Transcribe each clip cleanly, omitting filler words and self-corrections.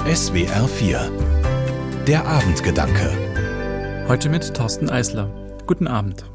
SWR 4 Der Abendgedanke. Heute mit Thorsten Eisler. Guten Abend.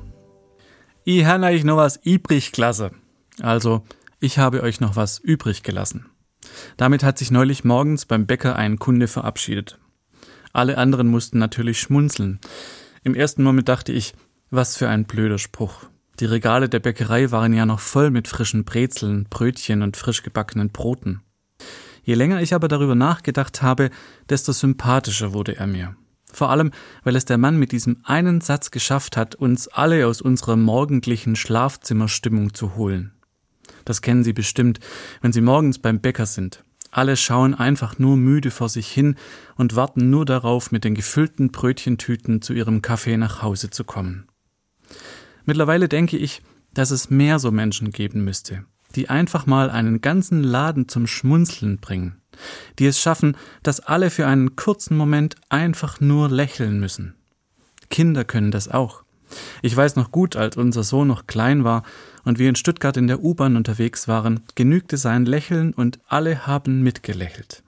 Ich habe euch noch was übrig gelassen. Also, ich habe euch noch was übrig gelassen. Damit hat sich neulich morgens beim Bäcker ein Kunde verabschiedet. Alle anderen mussten natürlich schmunzeln. Im ersten Moment dachte ich, was für ein blöder Spruch. Die Regale der Bäckerei waren ja noch voll mit frischen Brezeln, Brötchen und frisch gebackenen Broten. Je länger ich aber darüber nachgedacht habe, desto sympathischer wurde er mir. Vor allem, weil es der Mann mit diesem einen Satz geschafft hat, uns alle aus unserer morgendlichen Schlafzimmerstimmung zu holen. Das kennen Sie bestimmt, wenn Sie morgens beim Bäcker sind. Alle schauen einfach nur müde vor sich hin und warten nur darauf, mit den gefüllten Brötchentüten zu ihrem Kaffee nach Hause zu kommen. Mittlerweile denke ich, dass es mehr so Menschen geben müsste, die einfach mal einen ganzen Laden zum Schmunzeln bringen, die es schaffen, dass alle für einen kurzen Moment einfach nur lächeln müssen. Kinder können das auch. Ich weiß noch gut, als unser Sohn noch klein war und wir in Stuttgart in der U-Bahn unterwegs waren, genügte sein Lächeln und alle haben mitgelächelt.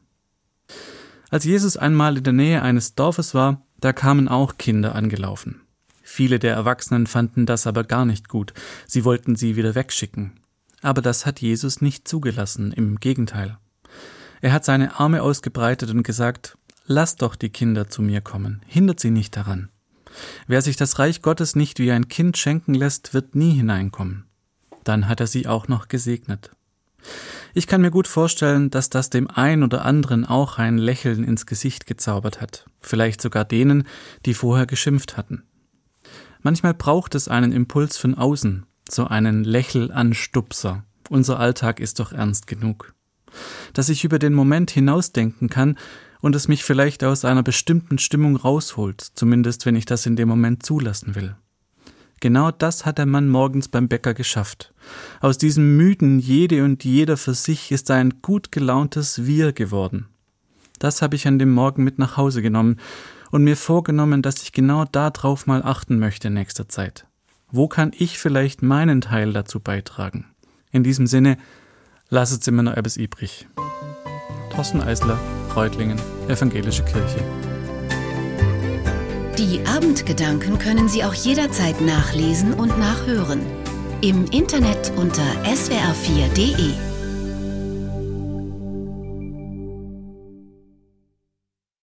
Als Jesus einmal in der Nähe eines Dorfes war, da kamen auch Kinder angelaufen. Viele der Erwachsenen fanden das aber gar nicht gut. Sie wollten sie wieder wegschicken. Aber das hat Jesus nicht zugelassen, im Gegenteil. Er hat seine Arme ausgebreitet und gesagt, lasst doch die Kinder zu mir kommen, hindert sie nicht daran. Wer sich das Reich Gottes nicht wie ein Kind schenken lässt, wird nie hineinkommen. Dann hat er sie auch noch gesegnet. Ich kann mir gut vorstellen, dass das dem einen oder anderen auch ein Lächeln ins Gesicht gezaubert hat, vielleicht sogar denen, die vorher geschimpft hatten. Manchmal braucht es einen Impuls von außen, so einen Lächelanstupser. Unser Alltag ist doch ernst genug. Dass ich über den Moment hinausdenken kann und es mich vielleicht aus einer bestimmten Stimmung rausholt, zumindest wenn ich das in dem Moment zulassen will. Genau das hat der Mann morgens beim Bäcker geschafft. Aus diesem müden Jede und jeder für sich ist ein gut gelauntes Wir geworden. Das habe ich an dem Morgen mit nach Hause genommen und mir vorgenommen, dass ich genau darauf mal achten möchte in nächster Zeit. Wo kann ich vielleicht meinen Teil dazu beitragen? In diesem Sinne, lasst immer noch etwas übrig. Thorsten Eisler, Reutlingen, Evangelische Kirche. Die Abendgedanken können Sie auch jederzeit nachlesen und nachhören. Im Internet unter swr4.de.